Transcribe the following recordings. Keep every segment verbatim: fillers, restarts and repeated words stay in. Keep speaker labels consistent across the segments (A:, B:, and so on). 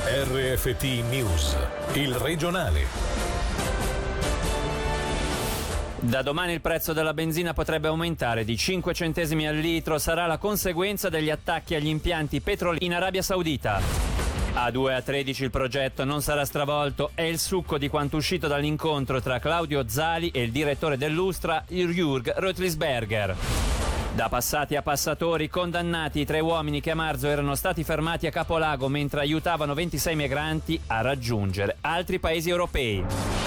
A: R F T News, il regionale.
B: Da domani il prezzo della benzina potrebbe aumentare di cinque centesimi al litro, sarà la conseguenza degli attacchi agli impianti petroliferi in Arabia Saudita. A due a tredici il progetto non sarà stravolto, è il succo di quanto uscito dall'incontro tra Claudio Zali e il direttore dell'Ustra, Jürg Rotlisberger. Da passati a passatori, condannati i tre uomini che a marzo erano stati fermati a Capolago mentre aiutavano ventisei migranti a raggiungere altri paesi europei.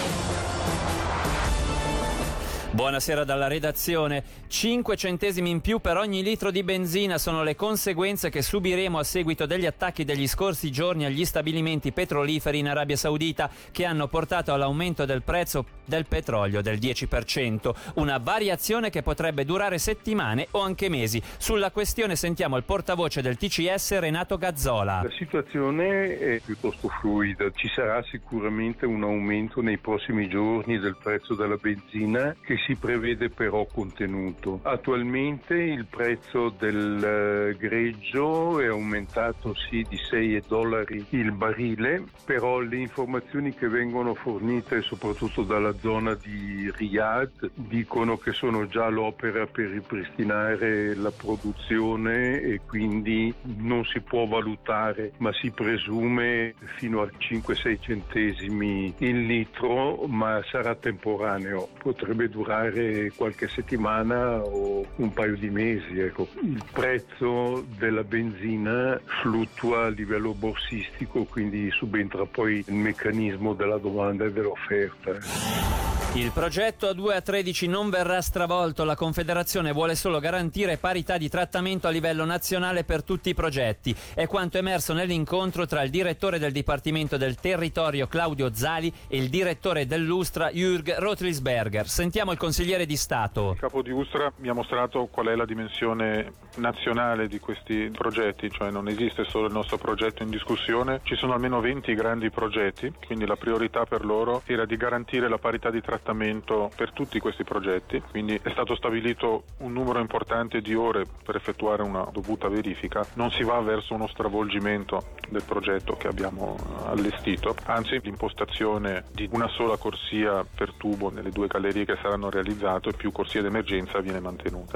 B: Buonasera dalla redazione. cinque centesimi in più per ogni litro di benzina sono le conseguenze che subiremo a seguito degli attacchi degli scorsi giorni agli stabilimenti petroliferi in Arabia Saudita, che hanno portato all'aumento del prezzo del petrolio del dieci per cento, una variazione che potrebbe durare settimane o anche mesi. Sulla questione sentiamo il portavoce del T C S Renato Gazzola.
C: La situazione è piuttosto fluida, ci sarà sicuramente un aumento nei prossimi giorni del prezzo della benzina, che si prevede però contenuto. Attualmente il prezzo del greggio è aumentato sì di sei dollari il barile, però le informazioni che vengono fornite soprattutto dalla zona di Riyadh dicono che sono già all'opera per ripristinare la produzione e quindi non si può valutare, ma si presume fino a cinque sei centesimi il litro, ma sarà temporaneo, potrebbe durare qualche settimana o un paio di mesi. Ecco. Il prezzo della benzina fluttua a livello borsistico, quindi subentra poi il meccanismo della domanda e dell'offerta.
B: Il progetto a due a tredici non verrà stravolto, la Confederazione vuole solo garantire parità di trattamento a livello nazionale per tutti i progetti. È quanto emerso nell'incontro tra il direttore del Dipartimento del Territorio Claudio Zali e il direttore dell'Ustra Jürg Rotlisberger. Sentiamo il consigliere di Stato.
D: Il capo di Ustra mi ha mostrato qual è la dimensione nazionale di questi progetti, cioè non esiste solo il nostro progetto in discussione, ci sono almeno venti grandi progetti, quindi la priorità per loro era di garantire la parità di trattamento per tutti questi progetti, quindi è stato stabilito un numero importante di ore per effettuare una dovuta verifica. Non si va verso uno stravolgimento del progetto che abbiamo allestito, anzi l'impostazione di una sola corsia per tubo nelle due gallerie che saranno realizzate e più corsie d'emergenza viene mantenuta.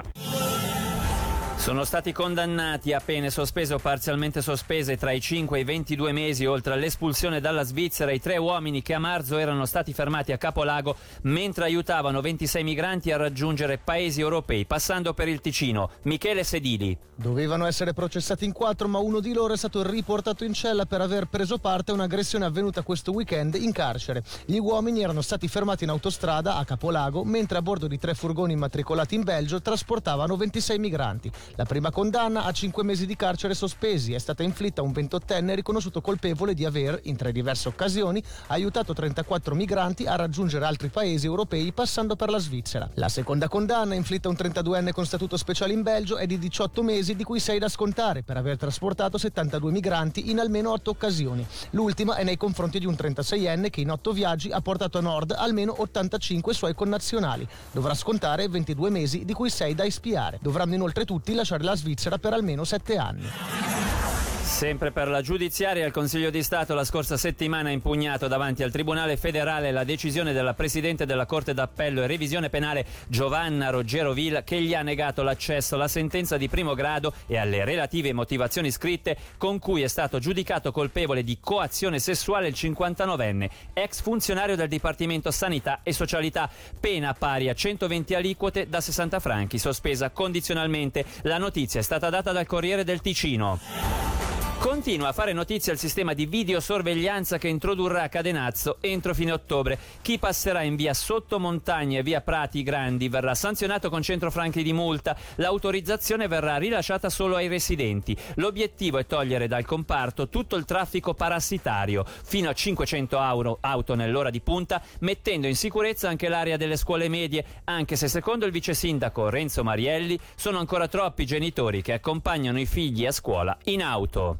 B: Sono stati condannati a pene sospese o parzialmente sospese tra i cinque e i ventidue mesi, oltre all'espulsione dalla Svizzera, i tre uomini che a marzo erano stati fermati a Capolago mentre aiutavano ventisei migranti a raggiungere paesi europei, passando per il Ticino. Michele Sedili.
E: Dovevano essere processati in quattro, ma uno di loro è stato riportato in cella per aver preso parte a un'aggressione avvenuta questo weekend in carcere. Gli uomini erano stati fermati in autostrada a Capolago mentre a bordo di tre furgoni immatricolati in Belgio trasportavano ventisei migranti. La prima condanna a cinque mesi di carcere sospesi è stata inflitta a un ventottenne riconosciuto colpevole di aver, in tre diverse occasioni, aiutato trentaquattro migranti a raggiungere altri paesi europei passando per la Svizzera. La seconda condanna, inflitta a un trentaduenne con statuto speciale in Belgio, è di diciotto mesi, di cui sei da scontare per aver trasportato settantadue migranti in almeno otto occasioni. L'ultima è nei confronti di un trentaseienne che in otto viaggi ha portato a nord almeno ottantacinque suoi connazionali. Dovrà scontare ventidue mesi, di cui sei da espiare. Dovranno inoltre tutti lasciare la Svizzera per almeno sette anni.
B: Sempre per la giudiziaria, il Consiglio di Stato la scorsa settimana ha impugnato davanti al Tribunale federale la decisione della Presidente della Corte d'Appello e Revisione Penale Giovanna Roggero Vil, che gli ha negato l'accesso alla sentenza di primo grado e alle relative motivazioni scritte con cui è stato giudicato colpevole di coazione sessuale il cinquantanovenne, ex funzionario del Dipartimento Sanità e Socialità, pena pari a centoventi aliquote da sessanta franchi, sospesa condizionalmente. La notizia è stata data dal Corriere del Ticino. Continua a fare notizia il sistema di videosorveglianza che introdurrà Cadenazzo entro fine ottobre. Chi passerà in via Sottomontagna e via Prati Grandi verrà sanzionato con cento franchi di multa. L'autorizzazione verrà rilasciata solo ai residenti. L'obiettivo è togliere dal comparto tutto il traffico parassitario, fino a cinquecento euro auto nell'ora di punta, mettendo in sicurezza anche l'area delle scuole medie, anche se secondo il vice sindaco Renzo Marielli sono ancora troppi genitori che accompagnano i figli a scuola in auto.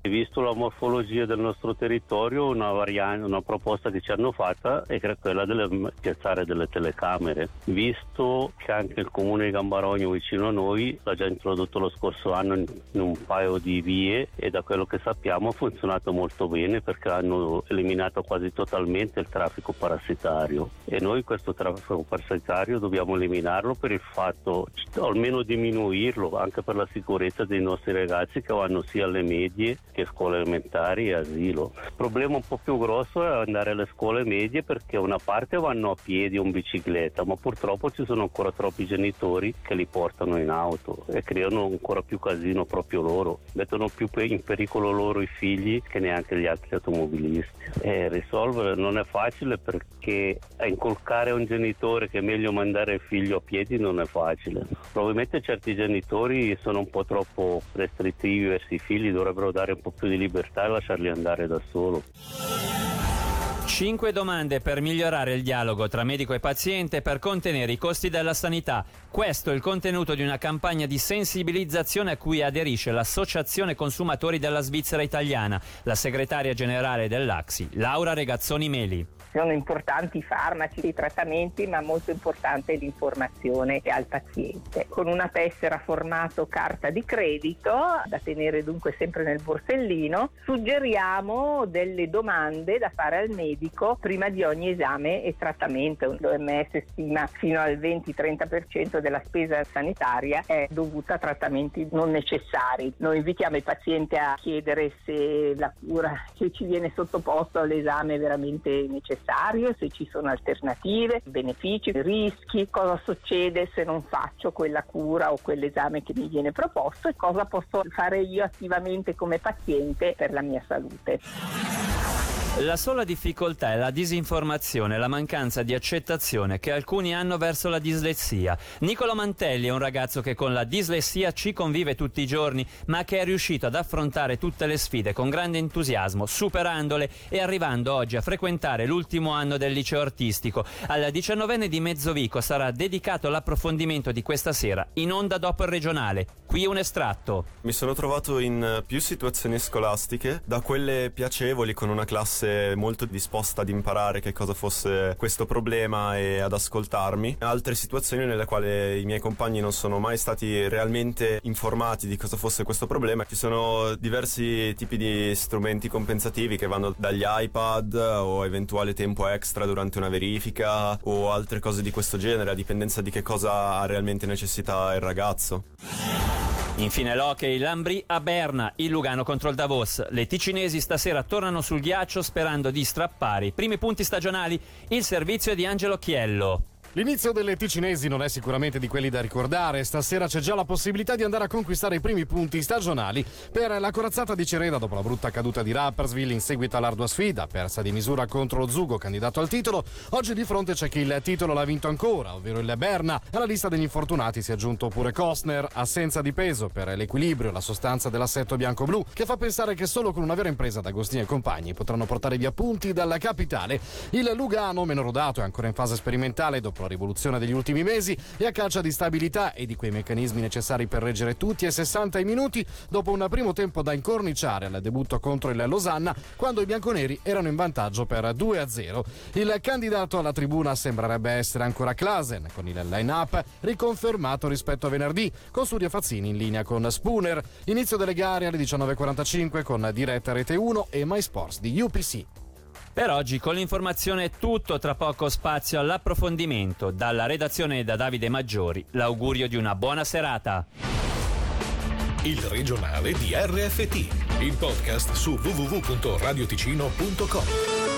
F: Visto la morfologia del nostro territorio, una variante, una proposta che ci hanno fatta è quella di piazzare delle telecamere. Visto che anche il comune di Gambarogno vicino a noi l'ha già introdotto lo scorso anno in un paio di vie e da quello che sappiamo ha funzionato molto bene perché hanno eliminato quasi totalmente il traffico parassitario e noi questo traffico parassitario dobbiamo eliminarlo per il fatto, almeno diminuirlo, anche per la sicurezza dei nostri ragazzi che vanno sia alle medie che scuole elementari e asilo. Il problema un po' più grosso è andare alle scuole medie perché una parte vanno a piedi o in bicicletta, ma purtroppo ci sono ancora troppi genitori che li portano in auto e creano ancora più casino proprio loro, mettono più in pericolo loro i figli che neanche gli altri automobilisti. E risolvere non è facile perché inculcare a un genitore che è meglio mandare il figlio a piedi non è facile. Probabilmente certi genitori sono un po' troppo restrittivi verso i figli, dovrebbero dare un po' più di libertà e lasciarli andare da solo.
B: Cinque domande per migliorare il dialogo tra medico e paziente per contenere i costi della sanità. Questo è il contenuto di una campagna di sensibilizzazione a cui aderisce l'Associazione Consumatori della Svizzera Italiana, la segretaria generale dell'A C S I, Laura Regazzoni Meli.
G: Sono importanti i farmaci, i trattamenti, ma molto importante l'informazione al paziente. Con una tessera formato carta di credito, da tenere dunque sempre nel borsellino, suggeriamo delle domande da fare al medico prima di ogni esame e trattamento. L'O M S stima fino al venti-trenta per cento della spesa sanitaria è dovuta a trattamenti non necessari. Noi invitiamo i pazienti a chiedere se la cura che ci viene sottoposto all'esame è veramente necessaria, se ci sono alternative, benefici, rischi, cosa succede se non faccio quella cura o quell'esame che mi viene proposto e cosa posso fare io attivamente come paziente per la mia salute.
B: La sola difficoltà è la disinformazione, la mancanza di accettazione che alcuni hanno verso la dislessia. Nicolo Mantelli è un ragazzo che con la dislessia ci convive tutti i giorni, ma che è riuscito ad affrontare tutte le sfide con grande entusiasmo, superandole e arrivando oggi a frequentare l'ultimo anno del liceo artistico. Al diciannovenne di Mezzovico sarà dedicato l'approfondimento di questa sera, in onda dopo il regionale. Qui un estratto.
H: Mi sono trovato in più situazioni scolastiche, da quelle piacevoli con una classe molto disposta ad imparare che cosa fosse questo problema e ad ascoltarmi, altre situazioni nelle quali i miei compagni non sono mai stati realmente informati di cosa fosse questo problema. Ci sono diversi tipi di strumenti compensativi che vanno dagli iPad o eventuale tempo extra durante una verifica o altre cose di questo genere, a dipendenza di che cosa ha realmente necessità il ragazzo.
B: Infine l'hockey, l'Ambri a Berna, il Lugano contro il Davos. Le ticinesi stasera tornano sul ghiaccio sperando di strappare i primi punti stagionali. Il servizio è di Angelo Chiello.
I: L'inizio delle ticinesi non è sicuramente di quelli da ricordare. Stasera c'è già la possibilità di andare a conquistare i primi punti stagionali per la corazzata di Cereda dopo la brutta caduta di Rapperswil in seguito all'ardua sfida persa di misura contro lo Zugo, candidato al titolo. Oggi di fronte c'è chi il titolo l'ha vinto ancora, ovvero il Berna. Alla lista degli infortunati si è aggiunto pure Kostner, assenza di peso per l'equilibrio e la sostanza dell'assetto bianco-blu, che fa pensare che solo con una vera impresa d'Agostini e compagni potranno portare via punti dalla capitale. Il Lugano, meno rodato, è ancora in fase sperimentale dopo la rivoluzione degli ultimi mesi e a caccia di stabilità e di quei meccanismi necessari per reggere tutti e sessanta i minuti dopo un primo tempo da incorniciare al debutto contro il Losanna, quando i bianconeri erano in vantaggio per due a zero. Il candidato alla tribuna sembrerebbe essere ancora Klasen, con il line-up riconfermato rispetto a venerdì, con Studio Fazzini in linea con Spooner. Inizio delle gare alle diciannove e quarantacinque con diretta Rete uno e MySports di U P C.
B: Per oggi con l'informazione è tutto, tra poco spazio all'approfondimento. Dalla redazione e da Davide Maggiori, l'augurio di una buona serata.
A: Il regionale di R F T, il podcast su w w w punto radioticino punto com.